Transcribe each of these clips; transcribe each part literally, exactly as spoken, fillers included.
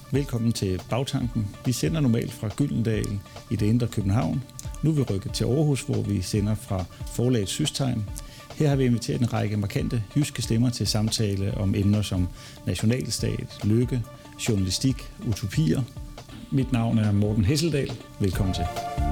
Velkommen til Bagtanken. Vi sender normalt fra Gyldendal i det indre København. Nu er vi rykket til Aarhus, hvor vi sender fra forlaget Systegn. Her har vi inviteret en række markante jyske stemmer til samtale om emner som nationalstat, lykke, journalistik, utopier. Mit navn er Morten Hesseldal. Velkommen til.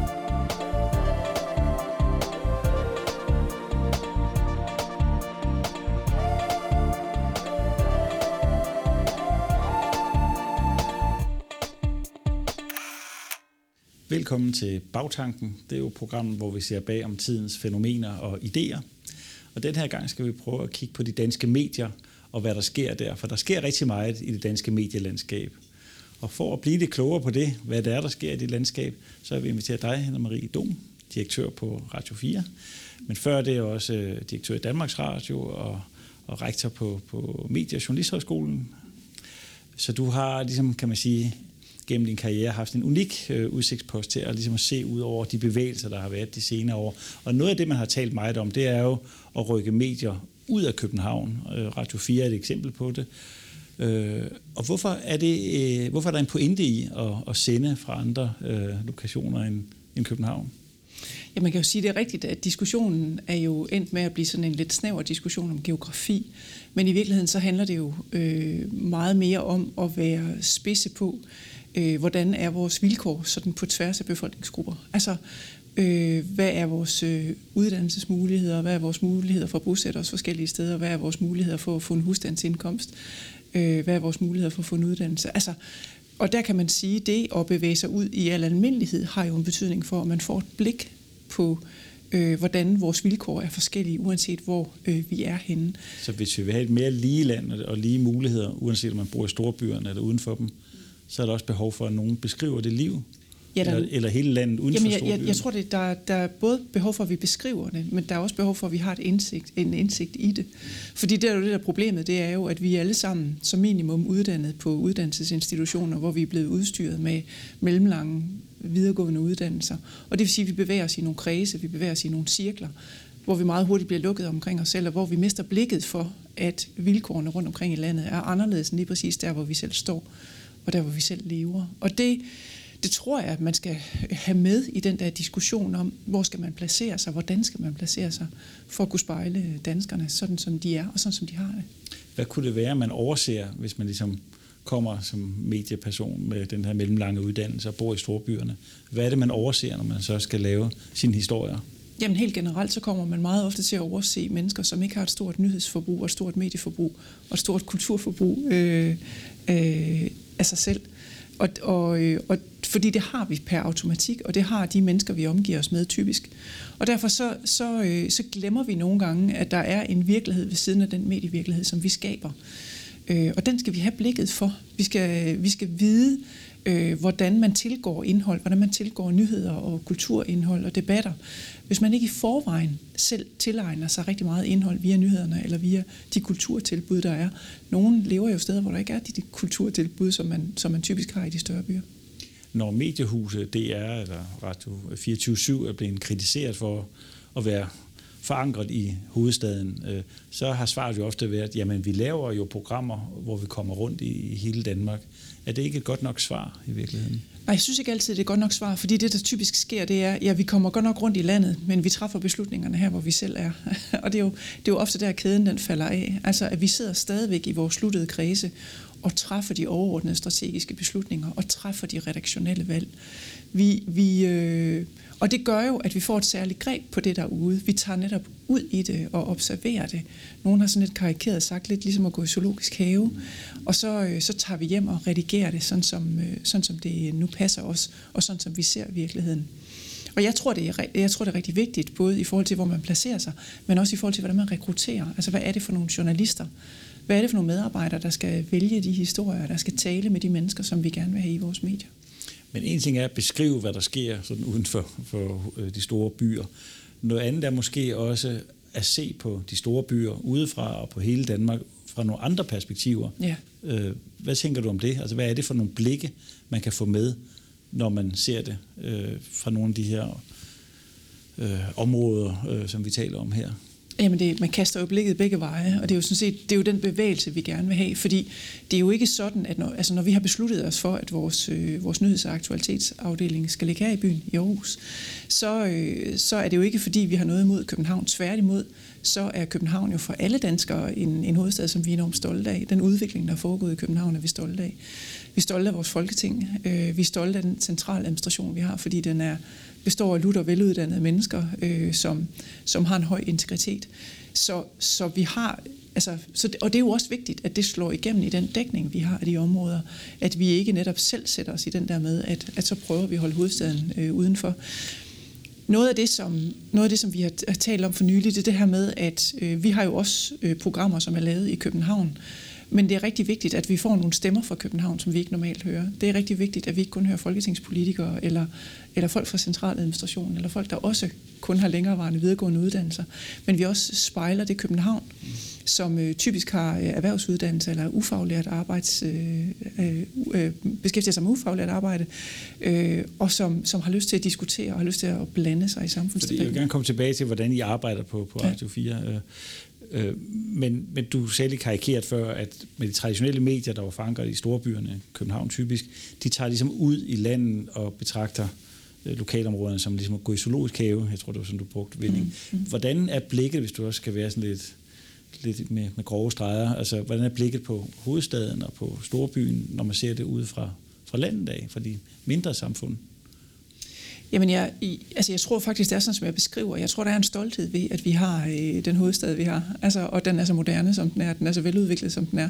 Velkommen til Bagtanken. Det er jo programmet, hvor vi ser bag om tidens fænomener og idéer. Og den her gang skal vi prøve at kigge på de danske medier og hvad der sker der. For der sker rigtig meget i det danske medielandskab. Og for at blive lidt klogere på det, hvad det er, der sker i det landskab, så har vi inviteret dig, Hanne Marie Dom, direktør på Radio fire. Men før det er også direktør i Danmarks Radio og, og rektor på, på Medie- og Journalisthøjskolen. Så du har, ligesom kan man sige, gennem din karriere haft en unik øh, udsigtspost til at, ligesom at se ud over de bevægelser, der har været de senere år. Og noget af det, man har talt meget om, det er jo at rykke medier ud af København. Øh, Radio fire er et eksempel på det. Øh, og hvorfor er, det, øh, hvorfor er der en pointe i at, at sende fra andre øh, lokationer end, end København? Ja, man kan jo sige, det er rigtigt, at diskussionen er jo endt med at blive sådan en lidt snæver diskussion om geografi. Men i virkeligheden så handler det jo øh, meget mere om at være spidse på, øh, hvordan er vores vilkår sådan på tværs af befolkningsgrupper. Altså, øh, hvad er vores øh, uddannelsesmuligheder, hvad er vores muligheder for at bosætte os forskellige steder, hvad er vores muligheder for at få en husstandsindkomst, øh, hvad er vores muligheder for at få en uddannelse. Altså, og der kan man sige, at det at bevæge sig ud i al almindelighed har jo en betydning for, at man får et blik på, øh, hvordan vores vilkår er forskellige, uanset hvor øh, vi er henne. Så hvis vi vil have et mere lige land og lige muligheder, uanset om man bor i storbyerne eller uden for dem, så er der også behov for, at nogen beskriver det liv, ja, der, eller, eller hele landet uden jamen, for storbyerne. Jeg, jeg tror, det, der, der er både behov for, at vi beskriver det, men der er også behov for, at vi har et indsigt, en indsigt i det. Fordi det er jo det der problemet, det er jo, at vi er alle sammen som minimum uddannet på uddannelsesinstitutioner, hvor vi er blevet udstyret med mellemlange videregående uddannelser. Og det vil sige, at vi bevæger os i nogle kredse, vi bevæger os i nogle cirkler, hvor vi meget hurtigt bliver lukket omkring os selv, og hvor vi mister blikket for, at vilkårene rundt omkring i landet er anderledes end lige præcis der, hvor vi selv står, og der, hvor vi selv lever. Og det, det tror jeg, at man skal have med i den der diskussion om, hvor skal man placere sig, hvordan skal man placere sig, for at kunne spejle danskerne, sådan som de er, og sådan som de har det. Hvad kunne det være, man overser, hvis man ligesom kommer som medieperson med den her mellemlange uddannelse og bor i storbyerne? Hvad er det, man overser, når man så skal lave sine historier? Jamen helt generelt, så kommer man meget ofte til at overse mennesker, som ikke har et stort nyhedsforbrug, og et stort medieforbrug, og et stort kulturforbrug øh, øh, af sig selv. Og, og, og fordi det har vi per automatik, og det har de mennesker, vi omgiver os med typisk. Og derfor så, så, øh, så glemmer vi nogle gange, at der er en virkelighed ved siden af den medievirkelighed, som vi skaber. Øh, og den skal vi have blikket for. Vi skal, vi skal vide, øh, hvordan man tilgår indhold, hvordan man tilgår nyheder og kulturindhold og debatter. Hvis man ikke i forvejen selv tilegner sig rigtig meget indhold via nyhederne eller via de kulturtilbud, der er. Nogle lever jo steder, hvor der ikke er de, de kulturtilbud, som man, som man typisk har i de større byer. Når mediehuset D R eller Radio fireogtyve syv er blevet kritiseret for at være forankret i hovedstaden, så har svaret jo ofte været, jamen vi laver jo programmer, hvor vi kommer rundt i hele Danmark. Er det ikke et godt nok svar i virkeligheden? Nej, jeg synes ikke altid, det er et godt nok svar, fordi det, der typisk sker, det er, ja, vi kommer godt nok rundt i landet, men vi træffer beslutningerne her, hvor vi selv er. Og det er, jo, det er jo ofte der, kæden den falder af. Altså, at vi sidder stadigvæk i vores sluttede kredse og træffer de overordnede strategiske beslutninger og træffer de redaktionelle valg. Vi, vi, øh, og det gør jo, at vi får et særligt greb på det derude. Vi tager netop ud i det og observerer det. Nogen har sådan lidt karikeret sagt, lidt ligesom at gå i zoologisk have. Og så, øh, så tager vi hjem og redigerer det, sådan som, øh, sådan som det nu passer os, og sådan som vi ser virkeligheden. Og jeg tror, det er, jeg tror, det er rigtig vigtigt, både i forhold til, hvor man placerer sig, men også i forhold til, hvordan man rekrutterer. Altså, hvad er det for nogle journalister? Hvad er det for nogle medarbejdere, der skal vælge de historier, der skal tale med de mennesker, som vi gerne vil have i vores medier? Men en ting er at beskrive, hvad der sker sådan uden for, for de store byer. Noget andet er måske også at se på de store byer udefra og på hele Danmark fra nogle andre perspektiver. Ja. Hvad tænker du om det? Altså, hvad er det for nogle blikke, man kan få med, når man ser det fra nogle af de her øh, områder, øh, som vi taler om her? Jamen det, man kaster jo blikket begge veje, og det er jo sådan set det er jo den bevægelse, vi gerne vil have, fordi det er jo ikke sådan, at når, altså når vi har besluttet os for, at vores, øh, vores nyheds- og aktualitetsafdeling skal ligge her i byen i Aarhus, så, øh, så er det jo ikke fordi, vi har noget imod København. Tværtimod, så er København jo for alle danskere en, en hovedstad, som vi er enormt stolte af. Den udvikling, der er foregået i København, er vi stolte af. Vi er stolte af vores folketing. Øh, vi er stolte af den centrale administration, vi har, fordi den er består af lutter veluddannede mennesker, øh, som, som har en høj integritet. Så, så vi har, altså, så, og det er jo også vigtigt, at det slår igennem i den dækning, vi har af de områder, at vi ikke netop selv sætter os i den der med, at, at så prøver vi at holde hovedstaden øh, udenfor. Noget af det, som, noget af det, som vi har talt om for nylig, det er det her med, at øh, vi har jo også øh, programmer, som er lavet i København, men det er rigtig vigtigt, at vi får nogle stemmer fra København, som vi ikke normalt hører. Det er rigtig vigtigt, at vi ikke kun hører folketingspolitikere, eller, eller folk fra centraladministrationen, eller folk, der også kun har længerevarende videregående uddannelser, men vi også spejler det København, som øh, typisk har øh, erhvervsuddannelse eller ufaglært arbejds, øh, øh, beskæftiger sig med ufaglært arbejde, øh, og som, som har lyst til at diskutere og har lyst til at blande sig i samfundsdebatten. Jeg vil gerne komme tilbage til, hvordan I arbejder på, på Radio fire. Ja. Men, men du sagde lige karikeret før, at med de traditionelle medier, der var forankret i storbyerne, København typisk, de tager ligesom ud i landet og betragter lokalområderne som ligesom at gå i zoologisk have. Jeg tror, det var sådan, du brugte vending. Mm, mm. Hvordan er blikket, hvis du også skal være sådan lidt, lidt med, med grove streger, altså hvordan er blikket på hovedstaden og på storbyen, når man ser det ude fra, fra landet af, fra de mindre samfund? Jamen, jeg, altså jeg tror faktisk, det er sådan, som jeg beskriver. Jeg tror, der er en stolthed ved, at vi har øh, den hovedstad, vi har. Altså, og den er så moderne, som den er. Den er så veludviklet, som den er.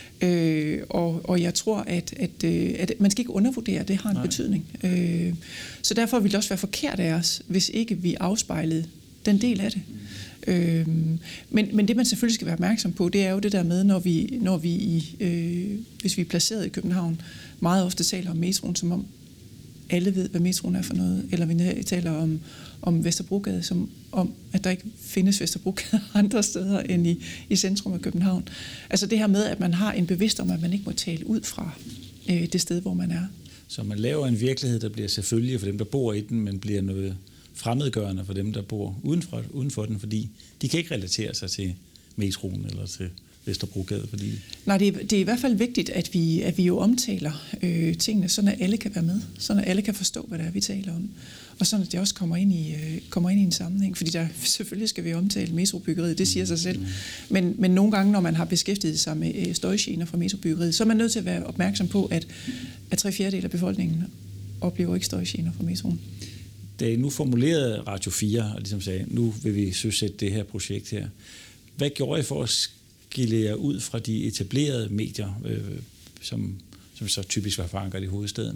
Øh, og, og jeg tror, at, at, at man skal ikke undervurdere, at det har en Nej. betydning. Øh, så derfor ville det også være forkert af os, hvis ikke vi afspejlede den del af det. Mm. Øh, men, men det, man selvfølgelig skal være opmærksom på, det er jo det der med, når vi, når vi i, øh, hvis vi er placeret i København, meget ofte taler om metroen, som om alle ved, hvad metroen er for noget, eller vi taler om, om Vesterbrogade, som om, at der ikke findes Vesterbrogade andre steder end i, i centrum af København. Altså det her med, at man har en bevidst om, at man ikke må tale ud fra øh, det sted, hvor man er. Så man laver en virkelighed, der bliver selvfølgelig for dem, der bor i den, men bliver noget fremmedgørende for dem, der bor udenfor, udenfor den, fordi de kan ikke relatere sig til metroen eller til Vesterbrogade, fordi... Nej, det er, det er i hvert fald vigtigt, at vi, at vi jo omtaler øh, tingene, sådan at alle kan være med, sådan at alle kan forstå, hvad det er, vi taler om, og sådan at det også kommer ind i, øh, kommer ind i en sammenhæng, fordi der selvfølgelig skal vi omtale metrobyggeriet, det siger sig selv, men, men nogle gange, når man har beskæftiget sig med øh, støjgener fra metrobyggeriet, så er man nødt til at være opmærksom på, at, at tre fjerdedel af befolkningen oplever ikke støjgener fra metroen. Da I nu formulerede Radio fire, og ligesom sagde, nu vil vi søsætte det her projekt her, hvad gjorde I for at skille jer ud fra de etablerede medier, øh, som, som så typisk var forankret i hovedstaden?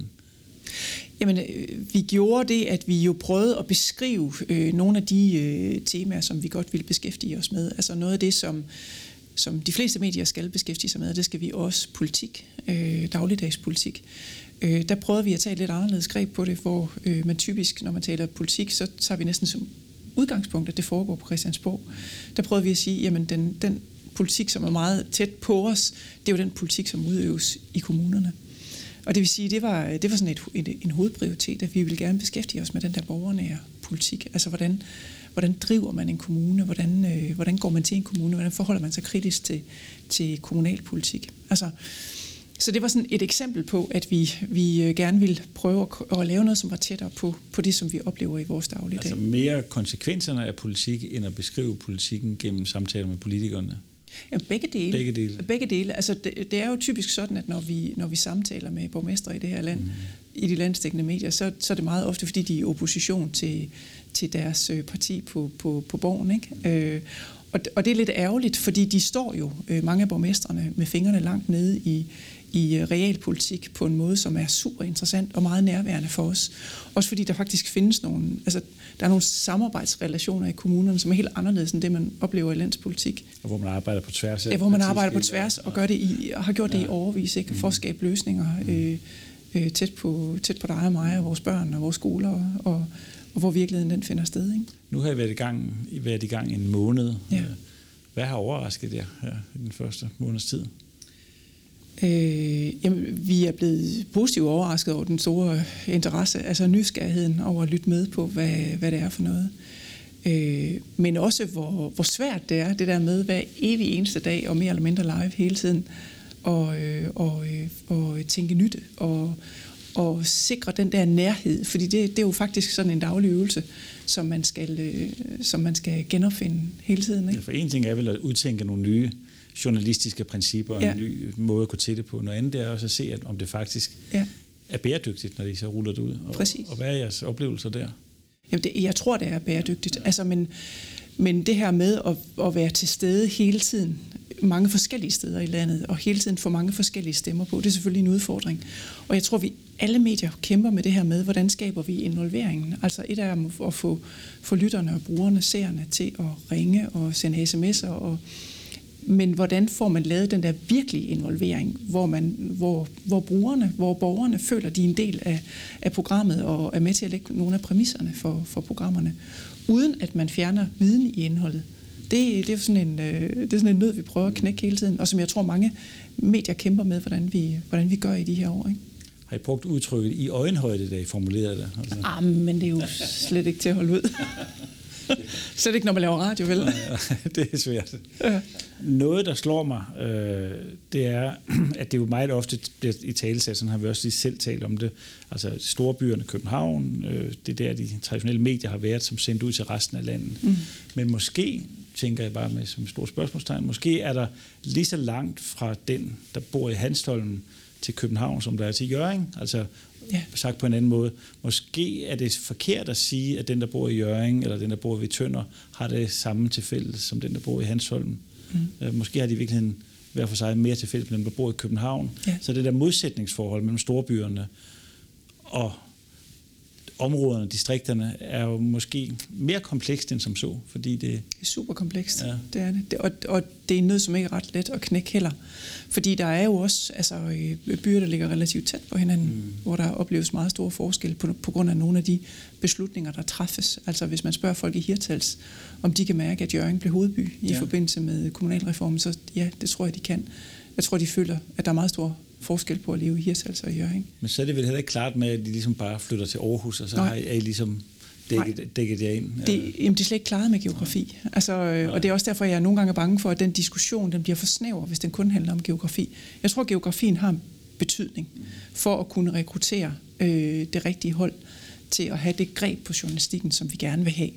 Jamen, øh, vi gjorde det, at vi jo prøvede at beskrive øh, nogle af de øh, temaer, som vi godt ville beskæftige os med. Altså noget af det, som, som de fleste medier skal beskæftige sig med, og det skal vi også politik, øh, dagligdagspolitik. Øh, der prøvede vi at tage et lidt anderledes greb på det, hvor øh, man typisk, når man taler politik, så tager vi næsten som udgangspunkt, at det foregår på Christiansborg. Der prøvede vi at sige, jamen den, den politik, som er meget tæt på os, det er jo den politik, som udøves i kommunerne. Og det vil sige, det var, det var sådan et, et, en hovedprioritet, at vi ville gerne beskæftige os med den der borgernære politik. Altså, hvordan, hvordan driver man en kommune? Hvordan, øh, hvordan går man til en kommune? Hvordan forholder man sig kritisk til, til kommunalpolitik? Altså, så det var sådan et eksempel på, at vi, vi gerne ville prøve at, at lave noget, som var tættere på, på det, som vi oplever i vores dagligdag. Altså mere konsekvenserne af politik, end at beskrive politikken gennem samtaler med politikerne? Ja, begge dele. Begge dele. Begge dele. Altså, det, det er jo typisk sådan, at når vi, når vi samtaler med borgmestre i det her land, mm. i de landsdækkende medier, så, så er det meget ofte, fordi de er i opposition til, til deres parti på, på, på borgen, ikke? Øh, og, og det er lidt ærgerligt, fordi de står jo, øh, mange af borgmestrene, med fingrene langt nede i, i realpolitik på en måde, som er super interessant og meget nærværende for os. Også fordi der faktisk findes nogle, altså der er nogle samarbejdsrelationer i kommunerne, som er helt anderledes end det, man oplever i landspolitik. Og hvor man arbejder på tværs. Ja, hvor man arbejder på tværs og gør det i, og har gjort det ja. i årevis, ikke? For at skabe løsninger øh, øh, tæt, på, tæt på dig og mig og vores børn og vores skoler, og, og hvor virkeligheden den finder sted. Ikke? Nu har I været i gang, I været i gang en måned. Ja. Hvad har overrasket jer her i den første måneds tid? Øh, jamen, vi er blevet positivt overrasket over den store interesse, altså nysgerrigheden over at lytte med på, hvad, hvad det er for noget. Øh, men også hvor, hvor svært det er, det der med hver evig eneste dag, og mere eller mindre live hele tiden, og, øh, og, øh, og tænke nyt, og, og sikre den der nærhed, fordi det, det er jo faktisk sådan en daglig øvelse, som man skal, øh, som man skal genopfinde hele tiden. Ikke? Ja, for en ting er vel at udtænke nogle nye journalistiske principper, og ja. en ny måde at gå til det på. Noget andet er også at se, om det faktisk ja. er bæredygtigt, når de så ruller det ud. Og, Præcis. Og hvad er jeres oplevelser der? Jamen det, jeg tror, det er bæredygtigt. Altså, men, men det her med at, at være til stede hele tiden, mange forskellige steder i landet, og hele tiden få mange forskellige stemmer på, det er selvfølgelig en udfordring. Og jeg tror, vi alle medier kæmper med det her med, hvordan skaber vi involveringen. Altså et er at få, få lytterne og brugerne, seerne til at ringe og sende sms'er, og, men hvordan får man lavet den der virkelige involvering, hvor, man, hvor, hvor brugerne, hvor borgerne føler, de er en del af, af programmet og er med til at lægge nogle af præmisserne for, for programmerne, uden at man fjerner viden i indholdet. Det, det, er sådan en, det er sådan en nød, vi prøver at knække hele tiden, og som jeg tror, mange medier kæmper med, hvordan vi, hvordan vi gør i de her år. Ikke? Har I brugt udtrykket i øjenhøjde, da I formulerede det? Altså. Ah, men det er jo slet ikke til at holde ud. Slet ikke, når man laver radio, vel? Det er svært. Ja. Noget, der slår mig, øh, det er, at det jo meget ofte bliver i talesat, sådan har vi også lige selv talt om det, altså storbyerne, København, øh, det er der, de traditionelle medier har været, som sendt ud til resten af landet. Mm. Men måske, tænker jeg bare med som et stort spørgsmålstegn, måske er der lige så langt fra den, der bor i Hanstholm, til København, som der er til Hjørring. Altså ja. sagt på en anden måde. Måske er det forkert at sige, at den, der bor i Hjørring, eller den, der bor ved Tønder, har det samme til fælles, som den, der bor i Hanstholm. Mm. Måske har de i virkeligheden hver for sig mere til fælles med dem, der bor i København. Ja. Så det der modsætningsforhold mellem storbyerne og områderne, distrikterne, er jo måske mere komplekst end som så, fordi det... Det er super komplekst, ja. Det er det. det og, og det er noget, som ikke er ret let at knække heller. Fordi der er jo også altså, byer, der ligger relativt tæt på hinanden, mm. hvor der opleves meget store forskelle på, på grund af nogle af de beslutninger, der træffes. Altså hvis man spørger folk i Hirtshals, om de kan mærke, at Hjørring blev hovedby i ja. forbindelse med kommunalreformen, så ja, det tror jeg, de kan. Jeg tror, de føler, at der er meget stor forskel på at leve i Hirtshals og i Hjørring. Men så er det vel heller ikke klart med, at de ligesom bare flytter til Aarhus, og så Nej. er I ligesom dækket, dækket jer ind? Det, jamen, det er slet ikke klaret med geografi. Altså, og det er også derfor, jeg er nogle gange bange for, at den diskussion den bliver for snæver, hvis den kun handler om geografi. Jeg tror, at geografien har en betydning for at kunne rekruttere øh, det rigtige hold til at have det greb på journalistikken, som vi gerne vil have.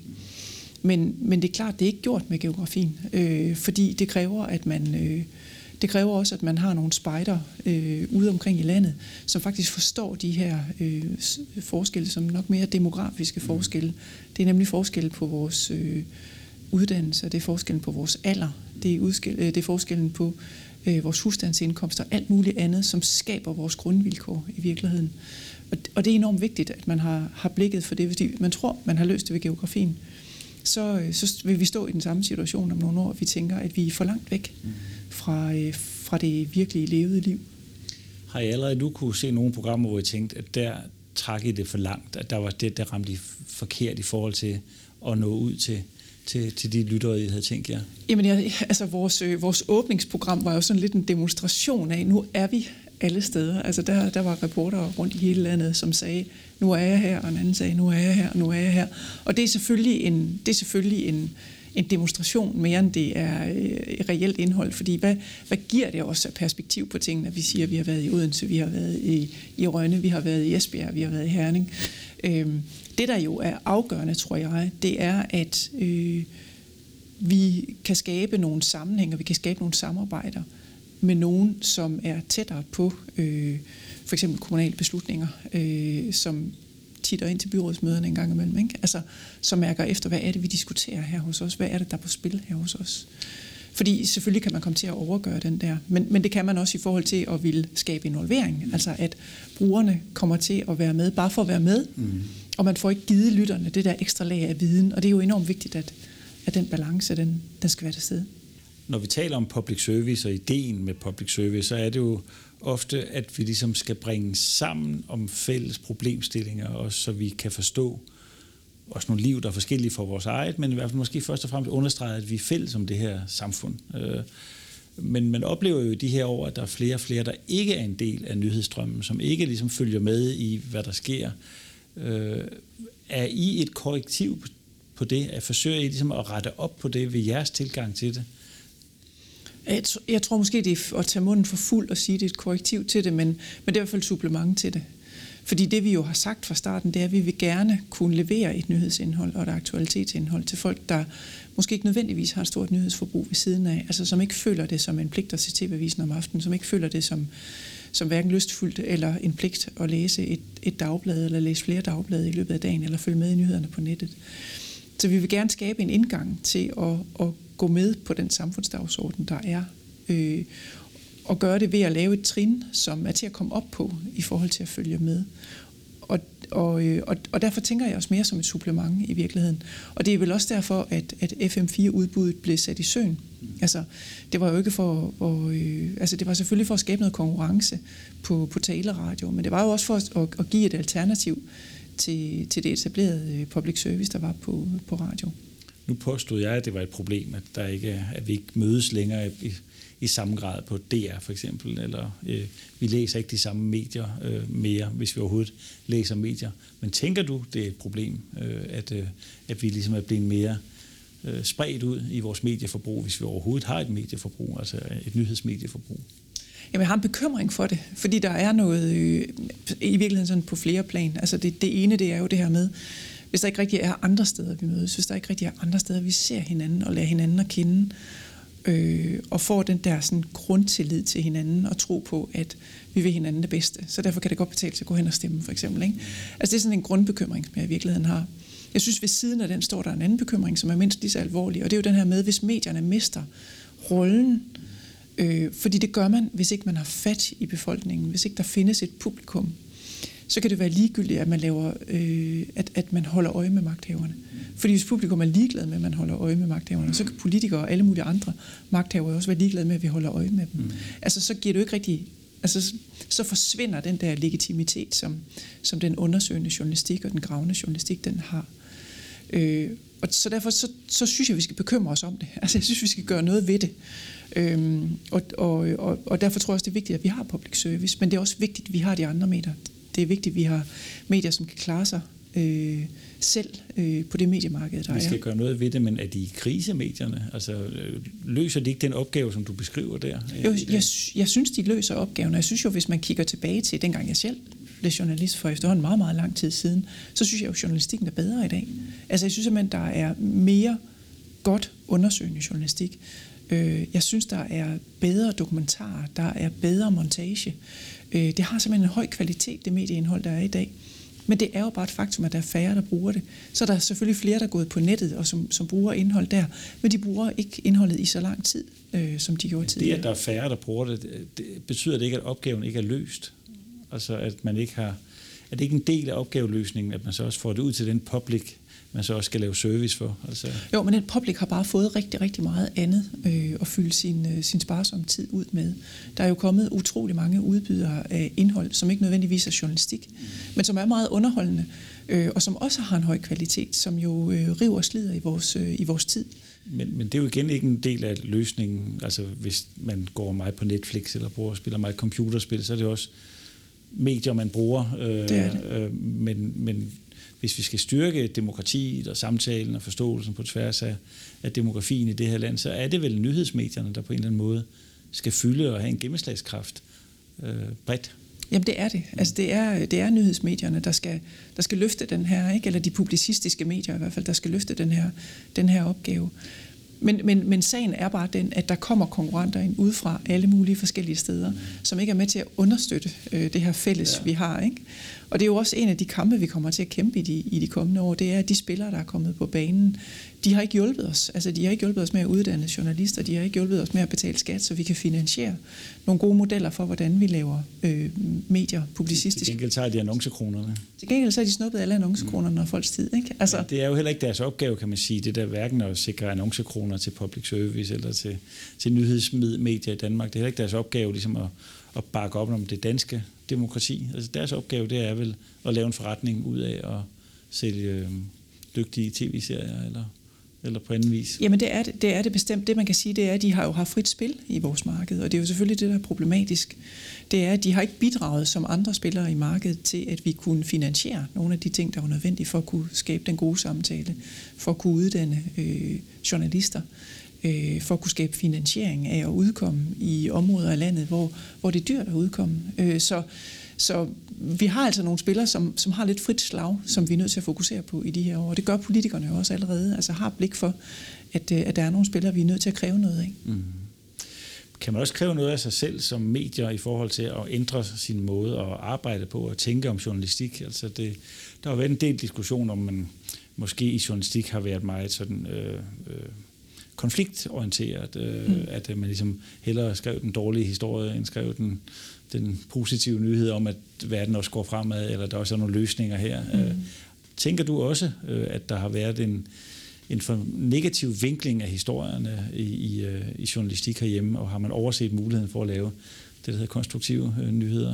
Men, men det er klart, det er ikke gjort med geografien, øh, fordi det kræver, at man... Øh, Det kræver også, at man har nogle spejder øh, ude omkring i landet, som faktisk forstår de her øh, forskelle, som nok mere demografiske forskelle. Det er nemlig forskelle på vores øh, uddannelse, det er forskellen på vores alder, det er, udskil, øh, det er forskellen på øh, vores husstandsindkomster og alt muligt andet, som skaber vores grundvilkår i virkeligheden. Og, og det er enormt vigtigt, at man har, har blikket for det, fordi man tror, man har løst det ved geografien. Så, så vil vi stå i den samme situation om nogle år, at vi tænker, at vi er for langt væk fra, fra det virkelige levede liv. Har I allerede nu kunne se nogle programmer, hvor I tænkte, at der trak I det for langt, at der var det, der ramte I forkert i forhold til at nå ud til, til, til de lyttere, I havde tænkt jer? Jamen, jeg, altså vores, øh, vores åbningsprogram var jo sådan lidt en demonstration af, nu er vi alle steder. Altså der, der var reportere rundt i hele landet, som sagde, nu er jeg her, og en anden sagde, nu er jeg her, og nu er jeg her. Og det er selvfølgelig en, det er selvfølgelig en, en demonstration mere, end det er øh, reelt indhold. Fordi hvad, hvad giver det også af perspektiv på tingene? Vi siger, at vi har været i Odense, vi har været i, i Rønne, vi har været i Esbjerg, vi har været i Herning. Øhm, det, der jo er afgørende, tror jeg, det er, at øh, vi kan skabe nogle sammenhænge, vi kan skabe nogle samarbejder med nogen, som er tættere på øh, for eksempel kommunale beslutninger, øh, som titter ind til byrådsmøderne en gang imellem, ikke? Altså, som mærker efter, hvad er det, vi diskuterer her hos os? Hvad er det, der er på spil her hos os? Fordi selvfølgelig kan man komme til at overgøre den der, men, men det kan man også i forhold til at ville skabe involvering, altså at brugerne kommer til at være med, bare for at være med, mm. og man får ikke givet lytterne det der ekstra lag af viden, og det er jo enormt vigtigt, at, at den balance, den, den skal være til stede. Når vi taler om public service og ideen med public service, så er det jo ofte, at vi ligesom skal bringe sammen om fælles problemstillinger, også så vi kan forstå også nogle liv, der er forskellige fra vores eget, men i hvert fald måske først og fremmest understrege, at vi er fælles om det her samfund. Men man oplever jo i de her år, at der er flere og flere, der ikke er en del af nyhedsstrømmen, som ikke ligesom følger med i, hvad der sker. Er I et korrektiv på det? At forsøger I ligesom at rette op på det ved jeres tilgang til det? Jeg, t- jeg tror måske, det er at tage munden for fuld og sige, det er et korrektiv til det, men, men det er i hvert fald et supplement til det. Fordi det, vi jo har sagt fra starten, det er, at vi vil gerne kunne levere et nyhedsindhold og et aktualitetsindhold til folk, der måske ikke nødvendigvis har et stort nyhedsforbrug ved siden af, altså som ikke føler det som en pligt at se T V-avisen om aftenen, som ikke føler det som, som hverken lystfuldt eller en pligt at læse et, et dagblad eller læse flere dagblade i løbet af dagen eller følge med i nyhederne på nettet. Så vi vil gerne skabe en indgang til at, at gå med på den samfundsdagsorden, der er, øh, og gøre det ved at lave et trin, som er til at komme op på i forhold til at følge med. Og, og, og, og derfor tænker jeg også mere som et supplement i virkeligheden. Og det er vel også derfor, at, at F M fire-udbuddet blev sat i søen. Altså, det var jo ikke for, for øh, altså det var selvfølgelig for at skabe noget konkurrence på, på taleradio, men det var jo også for at, at, at give et alternativ til, til det etablerede public service, der var på, på radio. Nu påstod jeg, at det var et problem, at, der ikke, at vi ikke mødes længere i, i samme grad på D R for eksempel, eller øh, vi læser ikke de samme medier øh, mere, hvis vi overhovedet læser medier. Men tænker du, det er et problem, øh, at, øh, at vi ligesom er blevet mere øh, spredt ud i vores medieforbrug, hvis vi overhovedet har et medieforbrug, altså et nyhedsmedieforbrug? Jamen, jeg har en bekymring for det, fordi der er noget øh, i virkeligheden sådan på flere plan. Altså det, det ene, det er jo det her med, hvis der ikke rigtig er andre steder, vi mødes, hvis der ikke rigtig er andre steder, vi ser hinanden og lærer hinanden at kende, øh, og får den der sådan grundtillid til hinanden og tro på, at vi vil hinanden det bedste. Så derfor kan det godt betale sig at gå hen og stemme, for eksempel. Ikke? Altså det er sådan en grundbekymring, som jeg i virkeligheden har. Jeg synes, ved siden af den står der en anden bekymring, som er mindst lige så alvorlig, og det er jo den her med, hvis medierne mister rollen, øh, fordi det gør man, hvis ikke man har fat i befolkningen, hvis ikke der findes et publikum, så kan det være ligegyldigt, at man laver, øh, at, at man holder øje med magthaverne. Fordi hvis publikum er ligeglad med, at man holder øje med magthaverne, så kan politikere og alle mulige andre magthavere også være ligeglade med, at vi holder øje med dem. Mm. Altså så giver det jo ikke rigtig, altså så forsvinder den der legitimitet, som, som den undersøgende journalistik og den gravende journalistik, den har. Øh, og så derfor så, så synes jeg, at vi skal bekymre os om det. Altså jeg synes, vi skal gøre noget ved det. Øhm, og, og, og, og derfor tror jeg også, det er vigtigt, at vi har public service, men det er også vigtigt, at vi har de andre medier. Det er vigtigt, at vi har medier, som kan klare sig øh, selv øh, på det mediemarked, der er. Vi skal er. gøre noget ved det, men er de i krise, medierne? Altså, øh, løser de ikke den opgave, som du beskriver der? Jo, jeg, jeg synes, de løser opgaven, og jeg synes jo, hvis man kigger tilbage til, dengang jeg selv blev journalist for efterhånden meget, meget lang tid siden, så synes jeg jo, at journalistikken er bedre i dag. Altså, jeg synes simpelthen, der er mere godt undersøgende journalistik. Jeg synes, der er bedre dokumentarer, der er bedre montage. Det har simpelthen en høj kvalitet, det medieindhold, der er i dag. Men det er jo bare et faktum, at der er færre, der bruger det. Så er der selvfølgelig flere, der er gået på nettet, og som, som bruger indhold der. Men de bruger ikke indholdet i så lang tid, øh, som de gjorde tidligere. Det, at der er færre, der bruger det, det betyder det ikke, at opgaven ikke er løst? Altså, at man ikke har... Er det ikke en del af opgaveløsningen, at man så også får det ud til den public, man så også skal lave service for? Altså. Jo, men den public har bare fået rigtig, rigtig meget andet øh, at fylde sin, øh, sin sparsomme tid ud med. Der er jo kommet utrolig mange udbydere af indhold, som ikke nødvendigvis er journalistik, mm. men som er meget underholdende, øh, og som også har en høj kvalitet, som jo øh, river og slider i vores, øh, i vores tid. Men, men det er jo igen ikke en del af løsningen. Altså, hvis man går meget på Netflix eller bruger, spiller meget computerspil, så er det også medier, man bruger. Øh, det er det. Øh, men, men hvis vi skal styrke demokratiet og samtalen og forståelsen på tværs af, af demografien i det her land, så er det vel nyhedsmedierne, der på en eller anden måde skal fylde og have en gennemslagskraft øh, bredt. Jamen det er det. Altså det er, det er nyhedsmedierne, der skal, der skal løfte den her, ikke? Eller de publicistiske medier i hvert fald, der skal løfte den her, den her opgave. Men, men, men sagen er bare den, at der kommer konkurrenter ind udefra alle mulige forskellige steder, som ikke er med til at understøtte øh, det her fælles, ja. vi har, ikke? Og det er jo også en af de kampe, vi kommer til at kæmpe i de, i de kommende år, det er, at de spillere, der er kommet på banen, de har ikke hjulpet os. Altså, de har ikke hjulpet os med at uddanne journalister, de har ikke hjulpet os med at betale skat, så vi kan finansiere nogle gode modeller for, hvordan vi laver øh, medier publicistisk. Til gengæld tager de annoncekronerne. Til gengæld så er de snuppet alle annoncekronerne og folks tid, ikke? Altså, ja, det er jo heller ikke deres opgave, kan man sige, det der hverken at sikre annoncekroner til public service eller til, til nyhedsmedier i Danmark. Det er heller ikke deres opgave ligesom at, at bakke op om det danske demokrati. Altså deres opgave, det er vel at lave en forretning ud af at sælge øh, dygtige tv-serier eller eller på anden vis? Jamen det er det, det er det bestemt. Det man kan sige, det er, at de har jo haft frit spil i vores marked, og det er jo selvfølgelig det, der er problematisk. Det er, at de har ikke bidraget som andre spillere i markedet til, at vi kunne finansiere nogle af de ting, der var nødvendige for at kunne skabe den gode samtale, for at kunne uddanne øh, journalister, øh, for at kunne skabe finansiering af at udkomme i områder af landet, hvor, hvor det er dyrt at udkomme. Øh, så Så vi har altså nogle spillere, som, som har lidt frit slag, som vi er nødt til at fokusere på i de her år. Det gør politikerne jo også allerede. Altså har blik for, at, at der er nogle spillere, vi er nødt til at kræve noget af. Mm. Kan man også kræve noget af sig selv som medier i forhold til at ændre sin måde at arbejde på og tænke om journalistik? Altså det, der har været en del diskussion om, man måske i journalistik har været meget sådan øh, øh, konfliktorienteret, øh, mm. at man ligesom hellere skrev den dårlige historie, end skrev den den positive nyhed om, at verden også går fremad, eller der også er nogle løsninger her. Mm. Tænker du også, at der har været en, en for negativ vinkling af historierne i, i, i journalistik herhjemme, og har man overset muligheden for at lave det, der hedder konstruktive nyheder?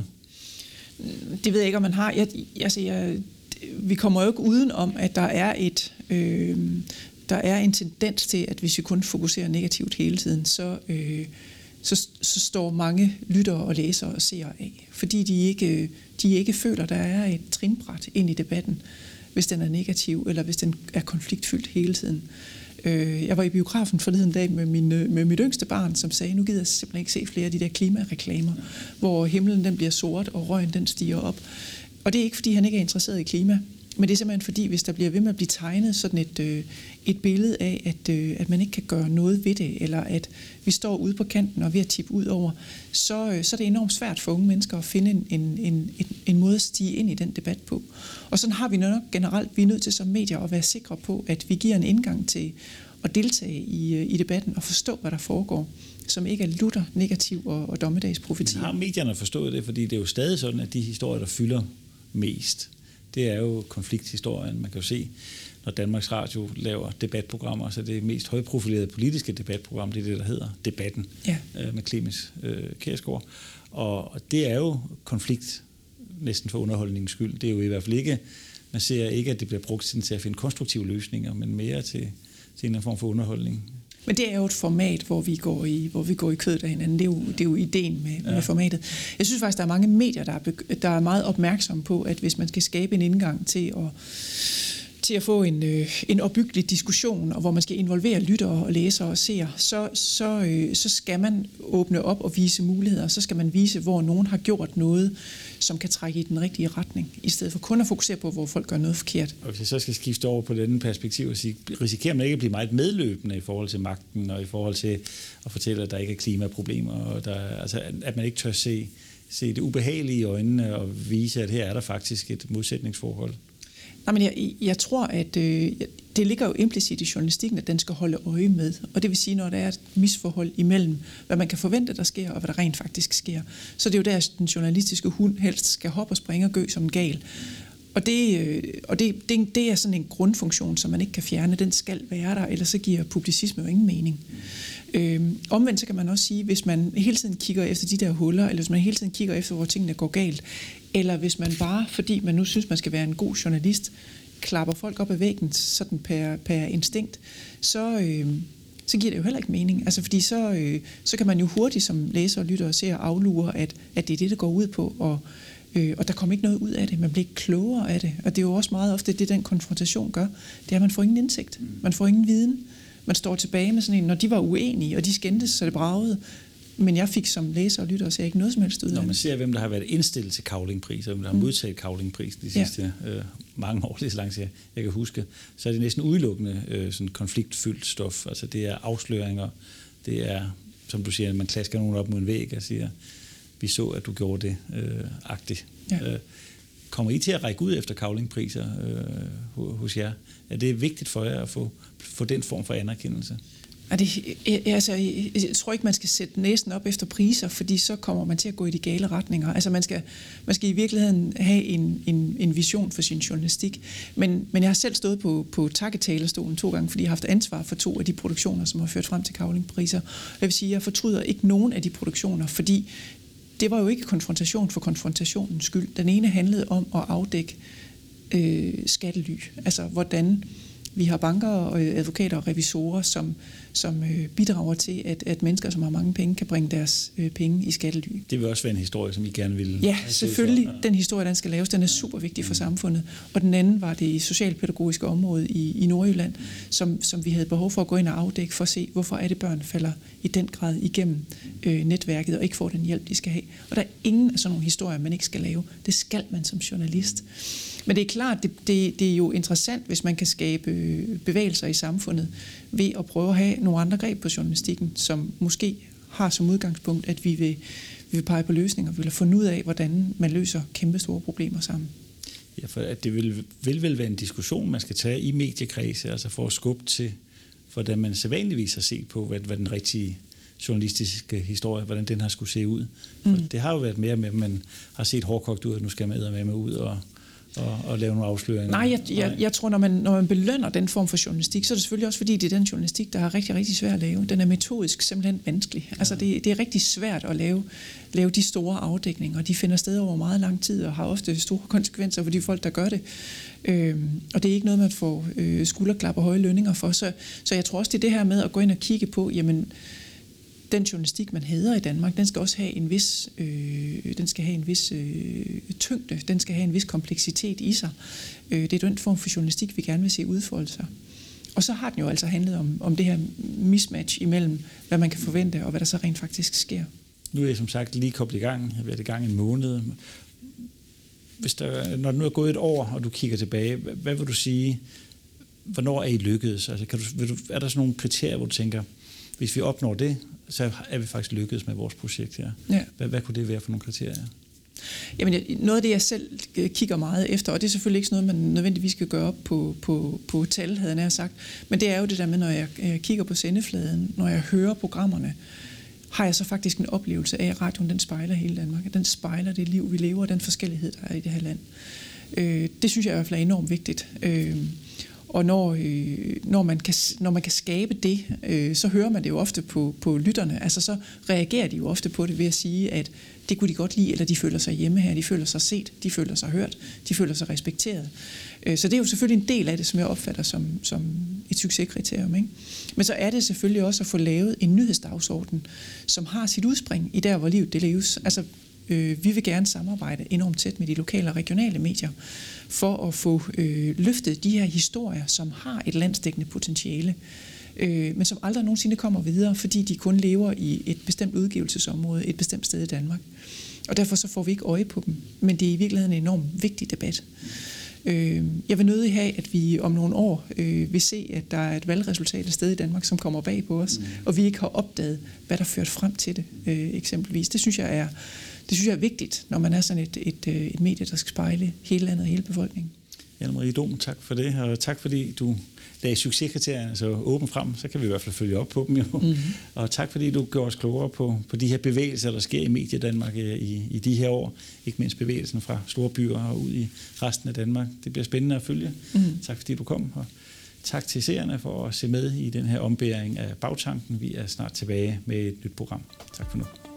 Det ved jeg ikke, om man har. Jeg, altså, jeg, vi kommer jo ikke uden om, at der er et... Øh, der er en tendens til, at hvis vi kun fokuserer negativt hele tiden, så... Øh, Så, så står mange lyttere og læsere og seere af, fordi de ikke, de ikke føler, at der er et trinbræt ind i debatten, hvis den er negativ, eller hvis den er konfliktfyldt hele tiden. Jeg var i biografen forleden dag med, min, med mit yngste barn, som sagde, nu gider jeg simpelthen ikke se flere af de der klimareklamer, hvor himlen den bliver sort, og røgen den stiger op. Og det er ikke, fordi han ikke er interesseret i klima, men det er simpelthen fordi, hvis der bliver ved med at blive tegnet sådan et, øh, et billede af, at, øh, at man ikke kan gøre noget ved det, eller at vi står ude på kanten og er ved at tippe ud over, så, øh, så er det enormt svært for unge mennesker at finde en, en, en, en, en måde at stige ind i den debat på. Og sådan har vi nok generelt, vi er nødt til som medier at være sikre på, at vi giver en indgang til at deltage i, i debatten og forstå, hvad der foregår, som ikke er lutter, negativ og, og dommedagsprofetier. Har medierne forstået det? Fordi det er jo stadig sådan, at de historier, der fylder mest, det er jo konflikthistorien. Man kan jo se, når Danmarks Radio laver debatprogrammer, så det mest højprofilerede politiske debatprogram, det er det, der hedder Debatten, ja. øh, med Clemens øh, Kjærsgaard. Og, og det er jo konflikt næsten for underholdningens skyld. Det er jo i hvert fald ikke, man ser ikke, at det bliver brugt til at finde konstruktive løsninger, men mere til, til en form for underholdning. Men det er jo et format, hvor vi går i, hvor vi går i kødet af hinanden. Det er jo, det er jo ideen med, ja. med formatet. Jeg synes faktisk, der er mange medier, der er, der er meget opmærksomme på, at hvis man skal skabe en indgang til at, til at få en, øh, en opbyggelig diskussion, og hvor man skal involvere lyttere og læsere og seere, så, så, øh, så skal man åbne op og vise muligheder. Så skal man vise, hvor nogen har gjort noget, som kan trække i den rigtige retning, i stedet for kun at fokusere på, hvor folk gør noget forkert. Og hvis jeg så skal skifte over på denne perspektiv og sige, risikerer man ikke at blive meget medløbende i forhold til magten, og i forhold til at fortælle, at der ikke er klimaproblemer, og der, altså, at man ikke tør se, se det ubehagelige i øjnene og vise, at her er der faktisk et modsætningsforhold? Nej, men jeg, jeg tror, at øh, det ligger jo implicit i journalistikken, at den skal holde øje med. Og det vil sige, når der er et misforhold imellem, hvad man kan forvente, der sker, og hvad der rent faktisk sker. Så det er jo der, den journalistiske hund helst skal hoppe og springe og gø som en gal. Og, det, øh, og det, det, det er sådan en grundfunktion, som man ikke kan fjerne. Den skal være der, ellers så giver publicisme jo ingen mening. Øhm, omvendt så kan man også sige, hvis man hele tiden kigger efter de der huller, eller hvis man hele tiden kigger efter, hvor tingene går galt, eller hvis man bare, fordi man nu synes, man skal være en god journalist, klapper folk op ad væggen sådan per, per instinkt, så, øh, så giver det jo heller ikke mening. Altså fordi så, øh, så kan man jo hurtigt som læser og lytter og ser og aflure, at, at det er det, der går ud på, og, øh, og der kommer ikke noget ud af det. Man bliver ikke klogere af det, og det er jo også meget ofte det, den konfrontation gør, det er, at man får ingen indsigt, man får ingen viden. Man står tilbage med sådan en, når de var uenige, og de skændtes, så det bragede. Men jeg fik som læser og lytter, så jeg ikke noget som helst ud af det. Når man ser, hvem der har været indstillet til Cavlingpris, og hvem der har modtaget Cavlingpris de sidste ja. øh, mange år, lige så langt jeg, jeg kan huske, så er det næsten udelukkende øh, sådan konfliktfyldt stof. Altså det er afsløringer, det er, som du siger, man klasker nogen op mod en væg og siger, vi så, at du gjorde det øh, agtigt. Ja. Øh, kommer I til at række ud efter Cavlingpriser øh, hos jer? Er det vigtigt for jer at få, få den form for anerkendelse? Er det, altså, jeg tror ikke, man skal sætte næsen op efter priser, fordi så kommer man til at gå i de gale retninger. Altså, man skal, man skal i virkeligheden have en, en, en vision for sin journalistik. Men, men jeg har selv stået på, på takketalerstolen to gange, fordi jeg har haft ansvar for to af de produktioner, som har ført frem til Cavlingpriser. Jeg vil sige, at jeg fortryder ikke nogen af de produktioner, fordi det var jo ikke konfrontation for konfrontationens skyld. Den ene handlede om at afdække øh, skattely. Altså, hvordan Vi har banker og advokater og revisorer, som, som øh, bidrager til, at, at mennesker, som har mange penge, kan bringe deres øh, penge i skattely. Det vil også være en historie, som I gerne vil... Ja, selvfølgelig. Den historie, den skal laves, den er super vigtig for samfundet. Og den anden var det socialpædagogiske område i, i Nordjylland, som, som vi havde behov for at gå ind og afdække for at se, hvorfor er det børn falder i den grad igennem øh, netværket og ikke får den hjælp, de skal have. Og der er ingen af sådan nogle historier, man ikke skal lave. Det skal man som journalist. Men det er klart, det, det, det er jo interessant, hvis man kan skabe bevægelser i samfundet ved at prøve at have nogle andre greb på journalistikken, som måske har som udgangspunkt, at vi vil, vi vil pege på løsninger, vi vil finde ud af, hvordan man løser kæmpe store problemer sammen. Ja, for at det vil, vil vel være en diskussion, man skal tage i mediekredse, altså for at skubbe til, hvordan man sædvanligvis har set på, hvad, hvad den rigtige journalistiske historie, hvordan den har skulle se ud. For mm. det har jo været mere med, at man har set hårdkogt ud, at nu skal man eddermame ud og Og, og lave nogle afsløringer? Nej, jeg, jeg, jeg tror, når man, når man belønner den form for journalistik, så er det selvfølgelig også, fordi det er den journalistik, der er rigtig, rigtig svært at lave. Den er metodisk simpelthen vanskelig. Ja. Altså, det, det er rigtig svært at lave, lave de store afdækninger. De finder sted over meget lang tid og har ofte store konsekvenser for de folk, der gør det. Øhm, og det er ikke noget, man får øh, skulderklap og høje lønninger for. Så, så jeg tror også, det er det her med at gå ind og kigge på, jamen, den journalistik, man hader i Danmark, den skal også have en vis, øh, den skal have en vis øh, tyngde, den skal have en vis kompleksitet i sig. Øh, det er den form for journalistik, vi gerne vil se udfolde sig. Og så har den jo altså handlet om, om det her mismatch imellem, hvad man kan forvente, og hvad der så rent faktisk sker. Nu er jeg som sagt lige koblet i gang. Jeg har været i gang en måned. Hvis der, når det nu er gået et år, og du kigger tilbage, hvad vil du sige, hvornår er I lykkedes? Altså, kan du, vil du, er der sådan nogle kriterier, hvor du tænker, hvis vi opnår det, så er vi faktisk lykkedes med vores projekt her. Ja. Hvad, hvad kunne det være for nogle kriterier? Jamen, noget af det, jeg selv kigger meget efter, og det er selvfølgelig ikke noget, man nødvendigvis skal gøre op på, på, på tal, havde jeg sagt, men det er jo det der med, når jeg, jeg kigger på sendefladen, når jeg hører programmerne, har jeg så faktisk en oplevelse af, at radioen den spejler hele Danmark, at den spejler det liv, vi lever, og den forskellighed, der er i det her land. Øh, det synes jeg i hvert fald er enormt vigtigt. Øh, Og når, øh, når, man kan, når man kan skabe det, øh, så hører man det jo ofte på, på lytterne. Altså så reagerer de jo ofte på det ved at sige, at det kunne de godt lide, eller de føler sig hjemme her, de føler sig set, de føler sig hørt, de føler sig respekteret. Øh, så det er jo selvfølgelig en del af det, som jeg opfatter som, som et succeskriterium. Ikke? Men så er det selvfølgelig også at få lavet en nyhedsdagsorden, som har sit udspring i der, hvor livet det leves. Altså øh, vi vil gerne samarbejde enormt tæt med de lokale og regionale medier, for at få øh, løftet de her historier, som har et landsdækkende potentiale, øh, men som aldrig nogensinde kommer videre, fordi de kun lever i et bestemt udgivelsesområde, et bestemt sted i Danmark. Og derfor så får vi ikke øje på dem. Men det er i virkeligheden en enormt vigtig debat. Øh, jeg vil nødig have, at vi om nogle år øh, vil se, at der er et valgresultat et sted i Danmark, som kommer bag på os, mm. og vi ikke har opdaget, hvad der ført frem til det, øh, eksempelvis. Det synes jeg er Det synes jeg er vigtigt, når man er sådan et, et, et medie, der skal spejle hele landet og hele befolkningen. Anne Marie Dom, tak for det, og tak fordi du lagde succeskriterierne så åbent frem, så kan vi i hvert fald følge op på dem jo. Mm-hmm. Og tak fordi du gjorde os klogere på, på de her bevægelser, der sker i Medie Danmark i, i de her år, ikke mindst bevægelsen fra store byer og ud i resten af Danmark. Det bliver spændende at følge. Mm-hmm. Tak fordi du kom, og tak til seerne for at se med i den her ombæring af Bagtanken. Vi er snart tilbage med et nyt program. Tak for nu.